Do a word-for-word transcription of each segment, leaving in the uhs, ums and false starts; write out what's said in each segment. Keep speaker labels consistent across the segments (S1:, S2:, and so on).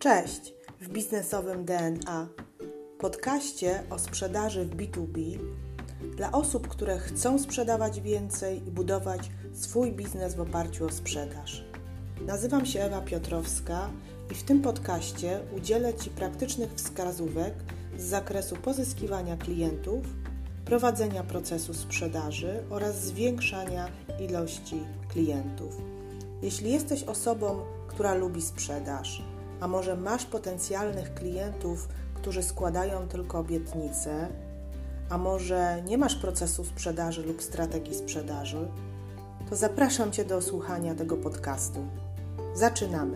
S1: Cześć w biznesowym D N A, podcaście o sprzedaży w B dwa B dla osób, które chcą sprzedawać więcej i budować swój biznes w oparciu o sprzedaż. Nazywam się Ewa Piotrowska i w tym podcaście udzielę Ci praktycznych wskazówek z zakresu pozyskiwania klientów, prowadzenia procesu sprzedaży oraz zwiększania ilości klientów. Jeśli jesteś osobą, która lubi sprzedaż, a może masz potencjalnych klientów, którzy składają tylko obietnice, a może nie masz procesu sprzedaży lub strategii sprzedaży, to zapraszam Cię do słuchania tego podcastu. Zaczynamy!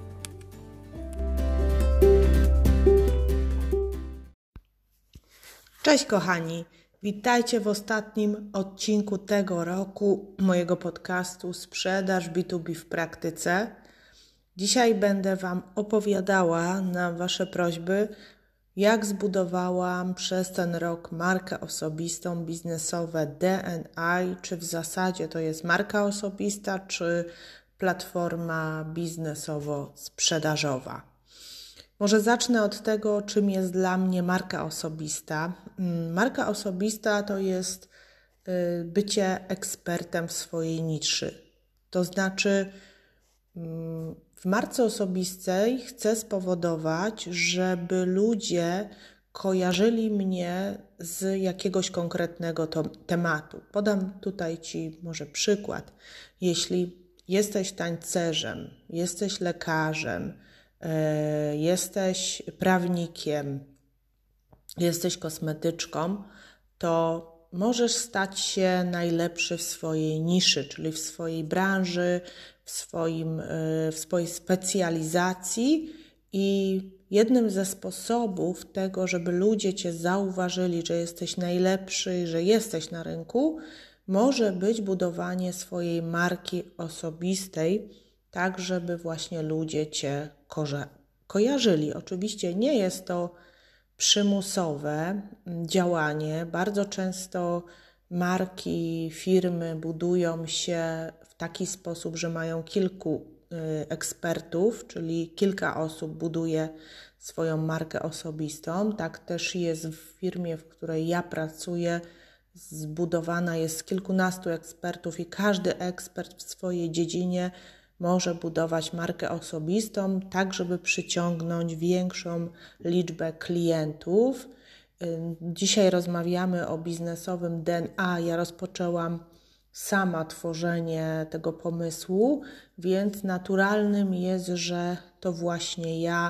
S1: Cześć kochani! Witajcie w ostatnim odcinku tego roku mojego podcastu Sprzedaż B dwa B w praktyce. Dzisiaj będę Wam opowiadała na Wasze prośby, jak zbudowałam przez ten rok markę osobistą, biznesowe D N I, czy w zasadzie to jest marka osobista, czy platforma biznesowo-sprzedażowa. Może zacznę od tego, czym jest dla mnie marka osobista. Marka osobista to jest bycie ekspertem w swojej niszy. To znaczy w marce osobistej chcę spowodować, żeby ludzie kojarzyli mnie z jakiegoś konkretnego to, tematu. Podam tutaj Ci może przykład. Jeśli jesteś tańcerzem, jesteś lekarzem, yy, jesteś prawnikiem, jesteś kosmetyczką, to możesz stać się najlepszy w swojej niszy, czyli w swojej branży, w, swoim, w swojej specjalizacji i jednym ze sposobów tego, żeby ludzie Cię zauważyli, że jesteś najlepszy, że jesteś na rynku, może być budowanie swojej marki osobistej, tak żeby właśnie ludzie Cię ko- kojarzyli. Oczywiście nie jest to przymusowe działanie. Bardzo często marki, firmy budują się w taki sposób, że mają kilku ekspertów, czyli kilka osób buduje swoją markę osobistą. Tak też jest w firmie, w której ja pracuję. Zbudowana jest z kilkunastu ekspertów i każdy ekspert w swojej dziedzinie może budować markę osobistą, tak żeby przyciągnąć większą liczbę klientów. Dzisiaj rozmawiamy o biznesowym D N A. Ja rozpoczęłam sama tworzenie tego pomysłu, więc naturalnym jest, że to właśnie ja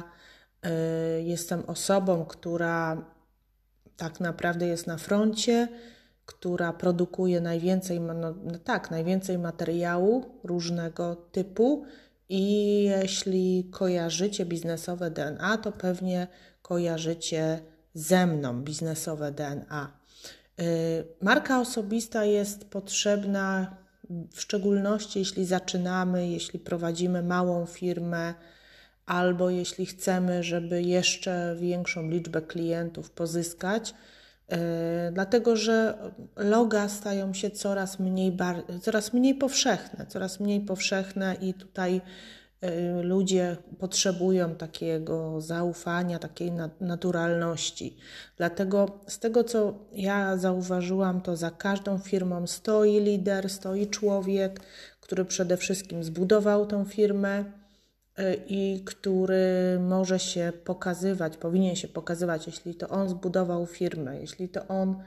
S1: y, jestem osobą, która tak naprawdę jest na froncie, która produkuje najwięcej, no, tak, najwięcej materiału różnego typu i jeśli kojarzycie biznesowe D N A, to pewnie kojarzycie ze mną biznesowe D N A. Yy, marka osobista jest potrzebna w szczególności jeśli zaczynamy, jeśli prowadzimy małą firmę albo jeśli chcemy, żeby jeszcze większą liczbę klientów pozyskać. Yy, dlatego, że loga stają się coraz mniej, bar- coraz mniej powszechne, coraz mniej powszechne i tutaj yy, ludzie potrzebują takiego zaufania, takiej na- naturalności. Dlatego z tego, co ja zauważyłam, to za każdą firmą stoi lider, stoi człowiek, który przede wszystkim zbudował tą firmę i który może się pokazywać, powinien się pokazywać, jeśli to on zbudował firmę, jeśli to on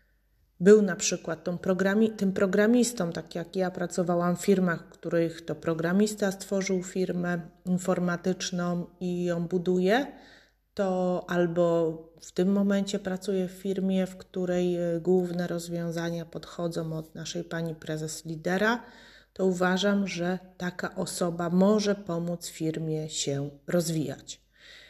S1: był na przykład tą programi- tym programistą, tak jak ja pracowałam w firmach, w których to programista stworzył firmę informatyczną i ją buduje, to albo w tym momencie pracuję w firmie, w której główne rozwiązania podchodzą od naszej pani prezes lidera, to uważam, że taka osoba może pomóc firmie się rozwijać.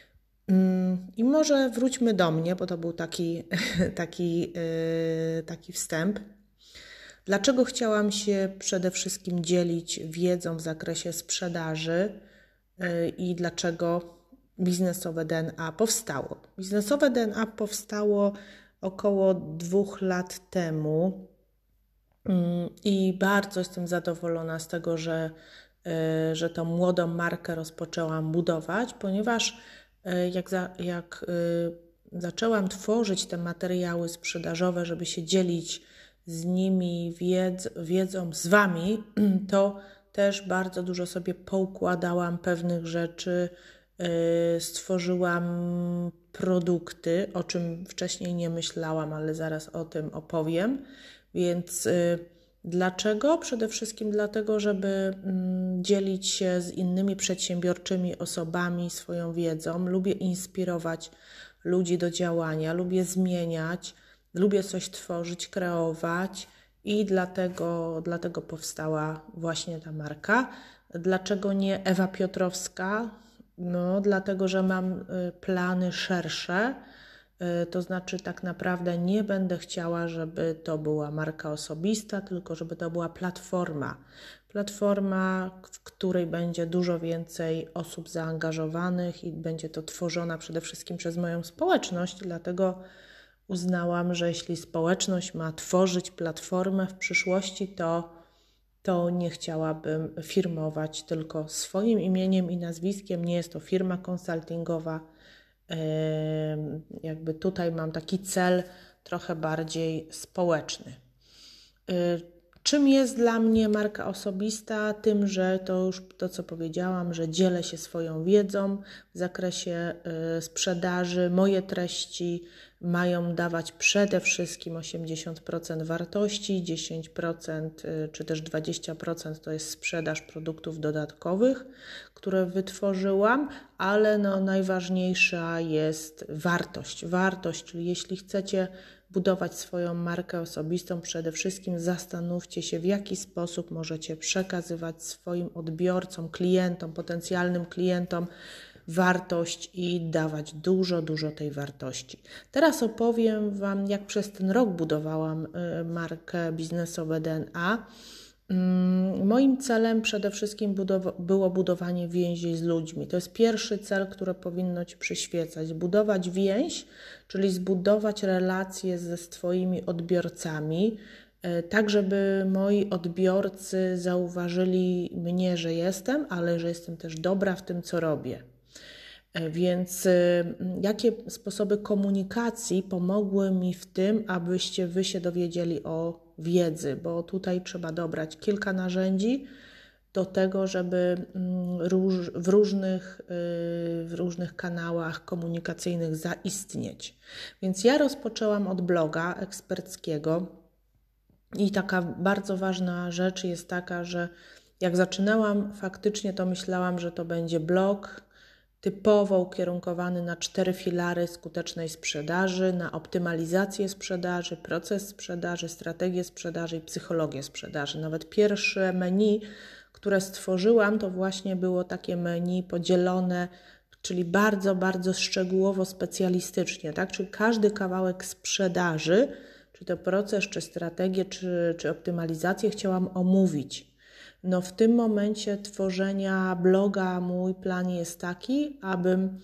S1: I może wróćmy do mnie, bo to był taki, taki, yy, taki wstęp. Dlaczego chciałam się przede wszystkim dzielić wiedzą w zakresie sprzedaży yy, i dlaczego biznesowe D N A powstało? Biznesowe D N A powstało około dwóch lat temu. I bardzo jestem zadowolona z tego, że że tą młodą markę rozpoczęłam budować, ponieważ jak, za, jak zaczęłam tworzyć te materiały sprzedażowe, żeby się dzielić z nimi wiedz, wiedzą z Wami, to też bardzo dużo sobie poukładałam pewnych rzeczy, stworzyłam produkty, o czym wcześniej nie myślałam, ale zaraz o tym opowiem. Więc dlaczego? Przede wszystkim dlatego, żeby dzielić się z innymi przedsiębiorczymi osobami swoją wiedzą. Lubię inspirować ludzi do działania, lubię zmieniać, lubię coś tworzyć, kreować i dlatego, dlatego powstała właśnie ta marka. Dlaczego nie Ewa Piotrowska? No, dlatego, że mam plany szersze, to znaczy tak naprawdę nie będę chciała, żeby to była marka osobista, tylko żeby to była platforma. Platforma, w której będzie dużo więcej osób zaangażowanych i będzie to tworzona przede wszystkim przez moją społeczność, dlatego uznałam, że jeśli społeczność ma tworzyć platformę w przyszłości, to to nie chciałabym firmować tylko swoim imieniem i nazwiskiem. Nie jest to firma konsultingowa. Jakby tutaj mam taki cel trochę bardziej społeczny. Czym jest dla mnie marka osobista? Tym, że to już to, co powiedziałam, że dzielę się swoją wiedzą w zakresie sprzedaży. Moje treści mają dawać przede wszystkim osiemdziesiąt procent wartości, dziesięć procent czy też dwadzieścia procent to jest sprzedaż produktów dodatkowych, które wytworzyłam, ale no najważniejsza jest wartość. Wartość, czyli jeśli chcecie budować swoją markę osobistą, przede wszystkim zastanówcie się, w jaki sposób możecie przekazywać swoim odbiorcom, klientom, potencjalnym klientom wartość i dawać dużo, dużo tej wartości. Teraz opowiem Wam, jak przez ten rok budowałam markę biznesowe D N A. Moim celem przede wszystkim budowa- było budowanie więzi z ludźmi. To jest pierwszy cel, który powinno Ci przyświecać. Budować więź, czyli zbudować relacje ze swoimi odbiorcami, tak żeby moi odbiorcy zauważyli mnie, że jestem, ale że jestem też dobra w tym, co robię. Więc jakie sposoby komunikacji pomogły mi w tym, abyście Wy się dowiedzieli o wiedzy, bo tutaj trzeba dobrać kilka narzędzi do tego, żeby róż, w, różnych, w różnych kanałach komunikacyjnych zaistnieć. Więc ja rozpoczęłam od bloga eksperckiego i taka bardzo ważna rzecz jest taka, że jak zaczynałam, faktycznie to myślałam, że to będzie blog typowo ukierunkowany na cztery filary skutecznej sprzedaży, na optymalizację sprzedaży, proces sprzedaży, strategię sprzedaży i psychologię sprzedaży. Nawet pierwsze menu, które stworzyłam, to właśnie było takie menu podzielone, czyli bardzo, bardzo szczegółowo, specjalistycznie, tak? Czyli każdy kawałek sprzedaży, czy to proces, czy strategię, czy, czy optymalizację chciałam omówić. No w tym momencie tworzenia bloga mój plan jest taki, abym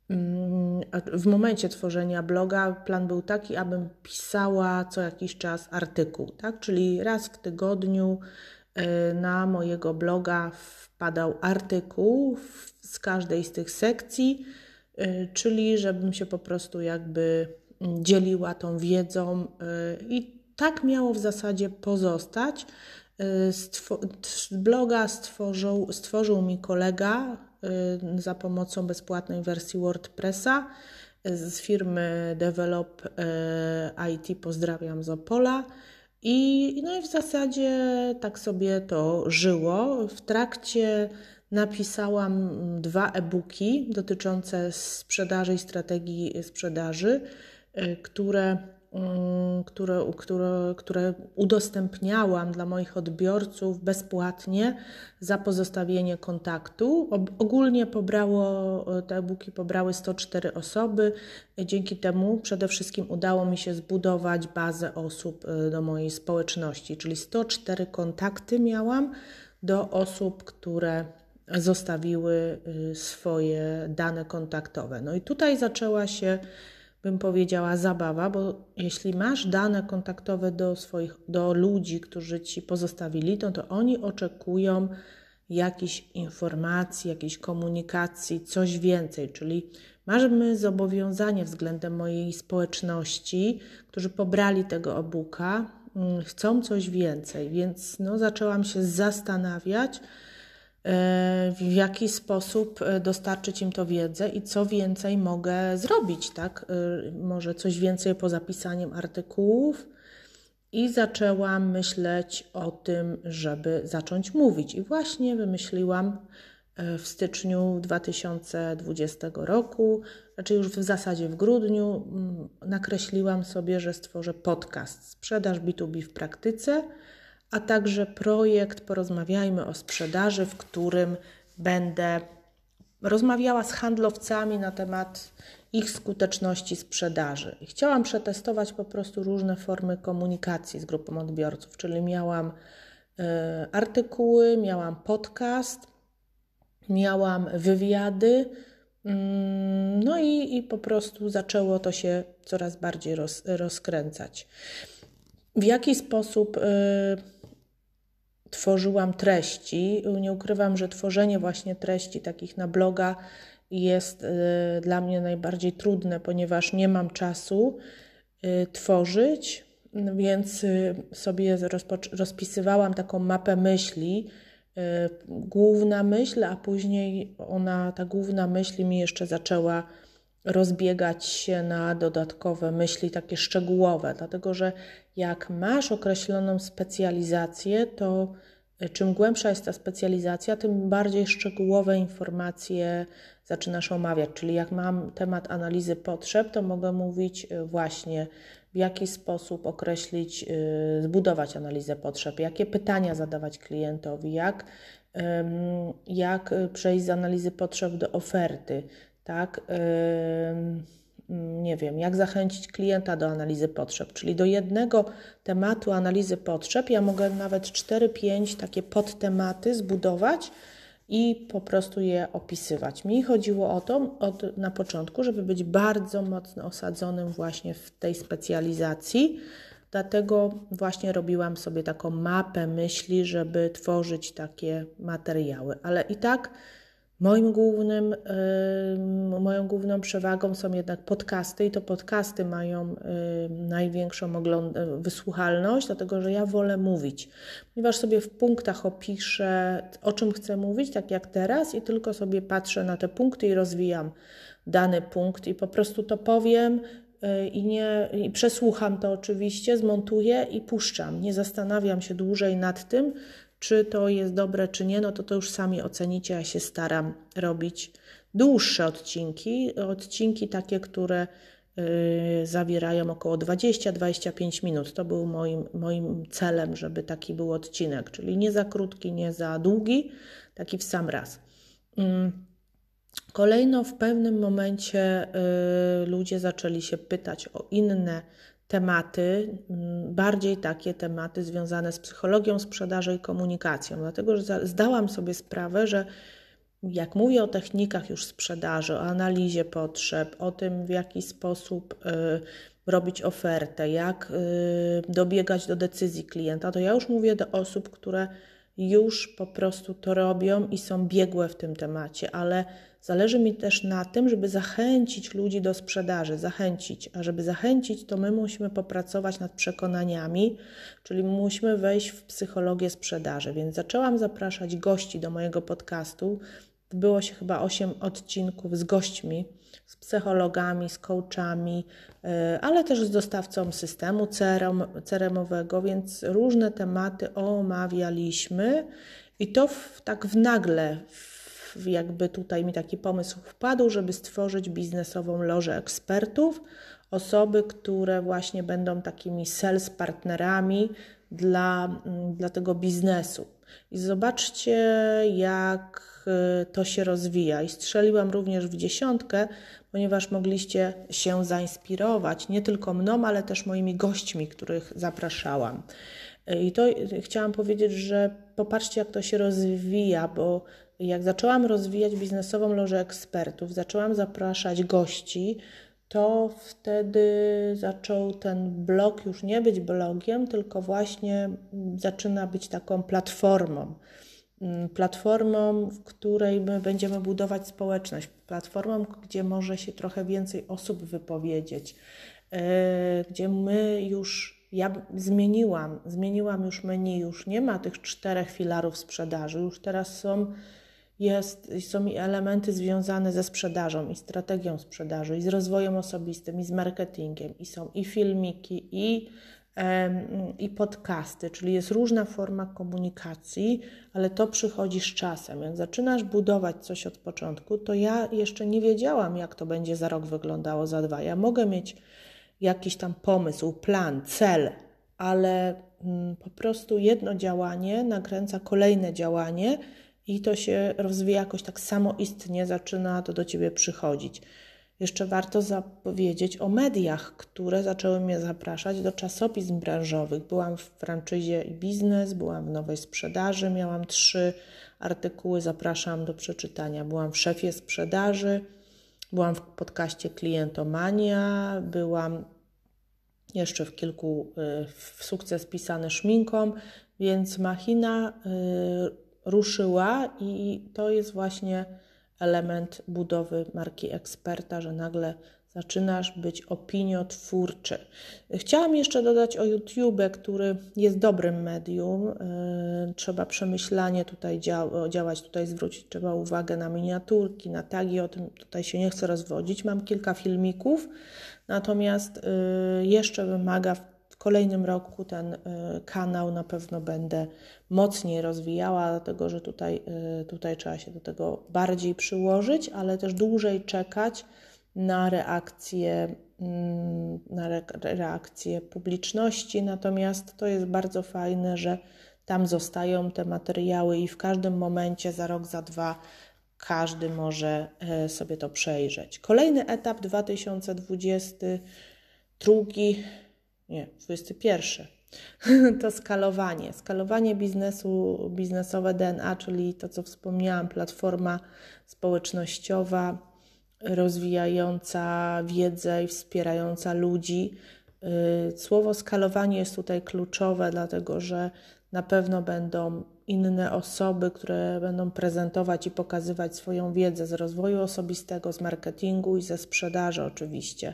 S1: w momencie tworzenia bloga plan był taki, abym pisała co jakiś czas artykuł, tak? Czyli raz w tygodniu na mojego bloga wpadał artykuł z każdej z tych sekcji, czyli żebym się po prostu jakby dzieliła tą wiedzą i tak miało w zasadzie pozostać. Bloga stworzył, stworzył mi kolega za pomocą bezpłatnej wersji WordPressa z firmy Develop I T, pozdrawiam z Opola. I, no i w zasadzie tak sobie to żyło. W trakcie napisałam dwa e-booki dotyczące sprzedaży i strategii sprzedaży, które Które, które, które udostępniałam dla moich odbiorców bezpłatnie za pozostawienie kontaktu. Ogólnie pobrało, te e-booki pobrały sto cztery osoby. Dzięki temu przede wszystkim udało mi się zbudować bazę osób do mojej społeczności, czyli sto cztery kontakty miałam do osób, które zostawiły swoje dane kontaktowe. No i tutaj zaczęła się, bym powiedziała, zabawa, bo jeśli masz dane kontaktowe do swoich, do ludzi, którzy Ci pozostawili, to, to oni oczekują jakichś informacji, jakiejś komunikacji, coś więcej, czyli mamy zobowiązanie względem mojej społeczności, którzy pobrali tego e-booka, chcą coś więcej, więc no, zaczęłam się zastanawiać, w jaki sposób dostarczyć im to wiedzę i co więcej mogę zrobić, tak? Może coś więcej poza pisaniem artykułów. I zaczęłam myśleć o tym, żeby zacząć mówić. I właśnie wymyśliłam w styczniu dwa tysiące dwudziestego roku, znaczy już w zasadzie w grudniu, nakreśliłam sobie, że stworzę podcast Sprzedaż B dwa B w praktyce, a także projekt Porozmawiajmy o sprzedaży, w którym będę rozmawiała z handlowcami na temat ich skuteczności sprzedaży. I chciałam przetestować po prostu różne formy komunikacji z grupą odbiorców, czyli miałam y, artykuły, miałam podcast, miałam wywiady, y, no i, i po prostu zaczęło to się coraz bardziej roz, rozkręcać. W jaki sposób y, tworzyłam treści? Nie ukrywam, że tworzenie właśnie treści takich na bloga jest y, dla mnie najbardziej trudne, ponieważ nie mam czasu y, tworzyć, więc y, sobie rozpoc- rozpisywałam taką mapę myśli, y, główna myśl, a później ona, ta główna myśl mi jeszcze zaczęła rozbiegać się na dodatkowe myśli takie szczegółowe, dlatego że jak masz określoną specjalizację, to czym głębsza jest ta specjalizacja, tym bardziej szczegółowe informacje zaczynasz omawiać. Czyli jak mam temat analizy potrzeb, to mogę mówić właśnie w jaki sposób określić, zbudować analizę potrzeb, jakie pytania zadawać klientowi, jak, jak przejść z analizy potrzeb do oferty, tak, nie wiem, jak zachęcić klienta do analizy potrzeb, czyli do jednego tematu analizy potrzeb ja mogę nawet cztery pięć takie podtematy zbudować i po prostu je opisywać. Mi chodziło o to od, na początku, żeby być bardzo mocno osadzonym właśnie w tej specjalizacji, dlatego właśnie robiłam sobie taką mapę myśli, żeby tworzyć takie materiały, ale i tak Moim głównym, y, moją główną przewagą są jednak podcasty i to podcasty mają y, największą ogląd- wysłuchalność, dlatego że ja wolę mówić, ponieważ sobie w punktach opiszę, o czym chcę mówić, tak jak teraz i tylko sobie patrzę na te punkty i rozwijam dany punkt i po prostu to powiem y, i, nie, i przesłucham to oczywiście, zmontuję i puszczam. Nie zastanawiam się dłużej nad tym, czy to jest dobre, czy nie, no to to już sami ocenicie. Ja się staram robić dłuższe odcinki, odcinki takie, które y, zawierają około dwadzieścia do dwudziestu pięciu minut. To był moim, moim celem, żeby taki był odcinek, czyli nie za krótki, nie za długi, taki w sam raz. Y, Kolejno w pewnym momencie y, ludzie zaczęli się pytać o inne tematy, bardziej takie tematy związane z psychologią sprzedaży i komunikacją, dlatego że zdałam sobie sprawę, że jak mówię o technikach już sprzedaży, o analizie potrzeb, o tym, w jaki sposób y, robić ofertę, jak y, dobiegać do decyzji klienta, to ja już mówię do osób, które już po prostu to robią i są biegłe w tym temacie, ale zależy mi też na tym, żeby zachęcić ludzi do sprzedaży, zachęcić, a żeby zachęcić, to my musimy popracować nad przekonaniami, czyli musimy wejść w psychologię sprzedaży, więc zaczęłam zapraszać gości do mojego podcastu. Było się chyba osiem odcinków z gośćmi, z psychologami, z coachami, ale też z dostawcą systemu C R M-owego, więc różne tematy omawialiśmy i to w, tak w nagle, w, jakby tutaj mi taki pomysł wpadł, żeby stworzyć biznesową lożę ekspertów, osoby, które właśnie będą takimi sales partnerami dla, dla tego biznesu. I zobaczcie, jak to się rozwija. I strzeliłam również w dziesiątkę, ponieważ mogliście się zainspirować nie tylko mną, ale też moimi gośćmi, których zapraszałam. I to chciałam powiedzieć, że popatrzcie, jak to się rozwija, bo jak zaczęłam rozwijać biznesową lożę ekspertów, zaczęłam zapraszać gości, to wtedy zaczął ten blog już nie być blogiem, tylko właśnie zaczyna być taką platformą. platformą, w której my będziemy budować społeczność, platformą, gdzie może się trochę więcej osób wypowiedzieć, gdzie my już, ja zmieniłam, zmieniłam już menu, już nie ma tych czterech filarów sprzedaży, już teraz są, jest, są i elementy związane ze sprzedażą i strategią sprzedaży i z rozwojem osobistym i z marketingiem i są i filmiki i i podcasty, czyli jest różna forma komunikacji, ale to przychodzi z czasem. Jak zaczynasz budować coś od początku, to ja jeszcze nie wiedziałam, jak to będzie za rok wyglądało, za dwa. Ja mogę mieć jakiś tam pomysł, plan, cel, ale po prostu jedno działanie nakręca kolejne działanie i to się rozwija jakoś tak samoistnie, zaczyna to do Ciebie przychodzić. Jeszcze warto zapowiedzieć o mediach, które zaczęły mnie zapraszać do czasopism branżowych. Byłam w franczyzie i biznes, byłam w Nowej Sprzedaży, miałam trzy artykuły, zapraszam do przeczytania. Byłam w Szefie Sprzedaży, byłam w podcaście Klientomania, byłam jeszcze w kilku, w Sukces pisany szminką, więc machina ruszyła i to jest właśnie element budowy marki eksperta, że nagle zaczynasz być opiniotwórczy. Chciałam jeszcze dodać o YouTube, który jest dobrym medium. Trzeba przemyślanie tutaj dział- działać, tutaj zwrócić trzeba uwagę na miniaturki, na tagi, o tym tutaj się nie chcę rozwodzić. Mam kilka filmików, natomiast jeszcze wymaga w kolejnym roku ten kanał na pewno będę mocniej rozwijała, dlatego że tutaj, tutaj trzeba się do tego bardziej przyłożyć, ale też dłużej czekać na reakcję, na re, reakcję publiczności. Natomiast to jest bardzo fajne, że tam zostają te materiały i w każdym momencie, za rok, za dwa, każdy może sobie to przejrzeć. Kolejny etap dwa tysiące dwudziesty drugi, nie, dwudziesty pierwszy. To skalowanie. Skalowanie biznesu, biznesowe D N A, czyli to, co wspomniałam, platforma społecznościowa, rozwijająca wiedzę i wspierająca ludzi. Słowo skalowanie jest tutaj kluczowe, dlatego że na pewno będą inne osoby, które będą prezentować i pokazywać swoją wiedzę z rozwoju osobistego, z marketingu i ze sprzedaży oczywiście.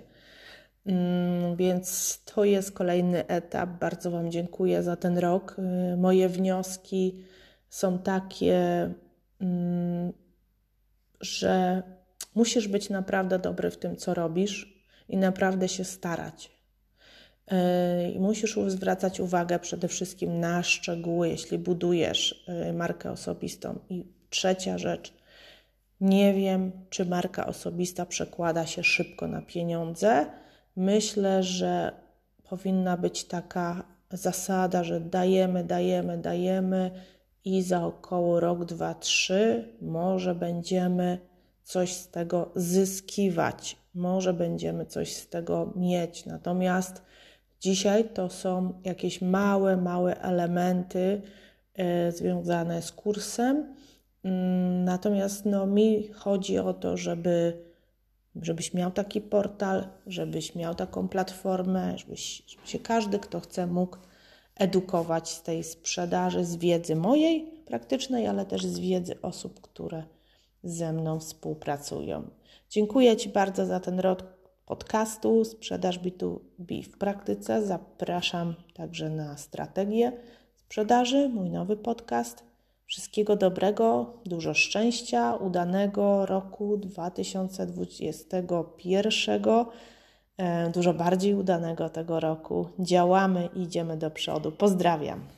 S1: Więc to jest kolejny etap. Bardzo Wam dziękuję za ten rok. Moje wnioski są takie, że musisz być naprawdę dobry w tym, co robisz i naprawdę się starać. I musisz zwracać uwagę przede wszystkim na szczegóły, jeśli budujesz markę osobistą. I trzecia rzecz, nie wiem, czy marka osobista przekłada się szybko na pieniądze. Myślę, że powinna być taka zasada, że dajemy, dajemy, dajemy i za około rok, dwa, trzy może będziemy coś z tego zyskiwać, może będziemy coś z tego mieć. Natomiast dzisiaj to są jakieś małe, małe elementy y, związane z kursem. Y, natomiast no, mi chodzi o to, żeby żebyś miał taki portal, żebyś miał taką platformę, żebyś, żeby się każdy, kto chce, mógł edukować z tej sprzedaży, z wiedzy mojej praktycznej, ale też z wiedzy osób, które ze mną współpracują. Dziękuję Ci bardzo za ten rok podcastu Sprzedaż B dwa B w praktyce. Zapraszam także na strategię sprzedaży, mój nowy podcast. Wszystkiego dobrego, dużo szczęścia, udanego roku dwa tysiące dwudziestego pierwszego, dużo bardziej udanego tego roku. Działamy i idziemy do przodu. Pozdrawiam.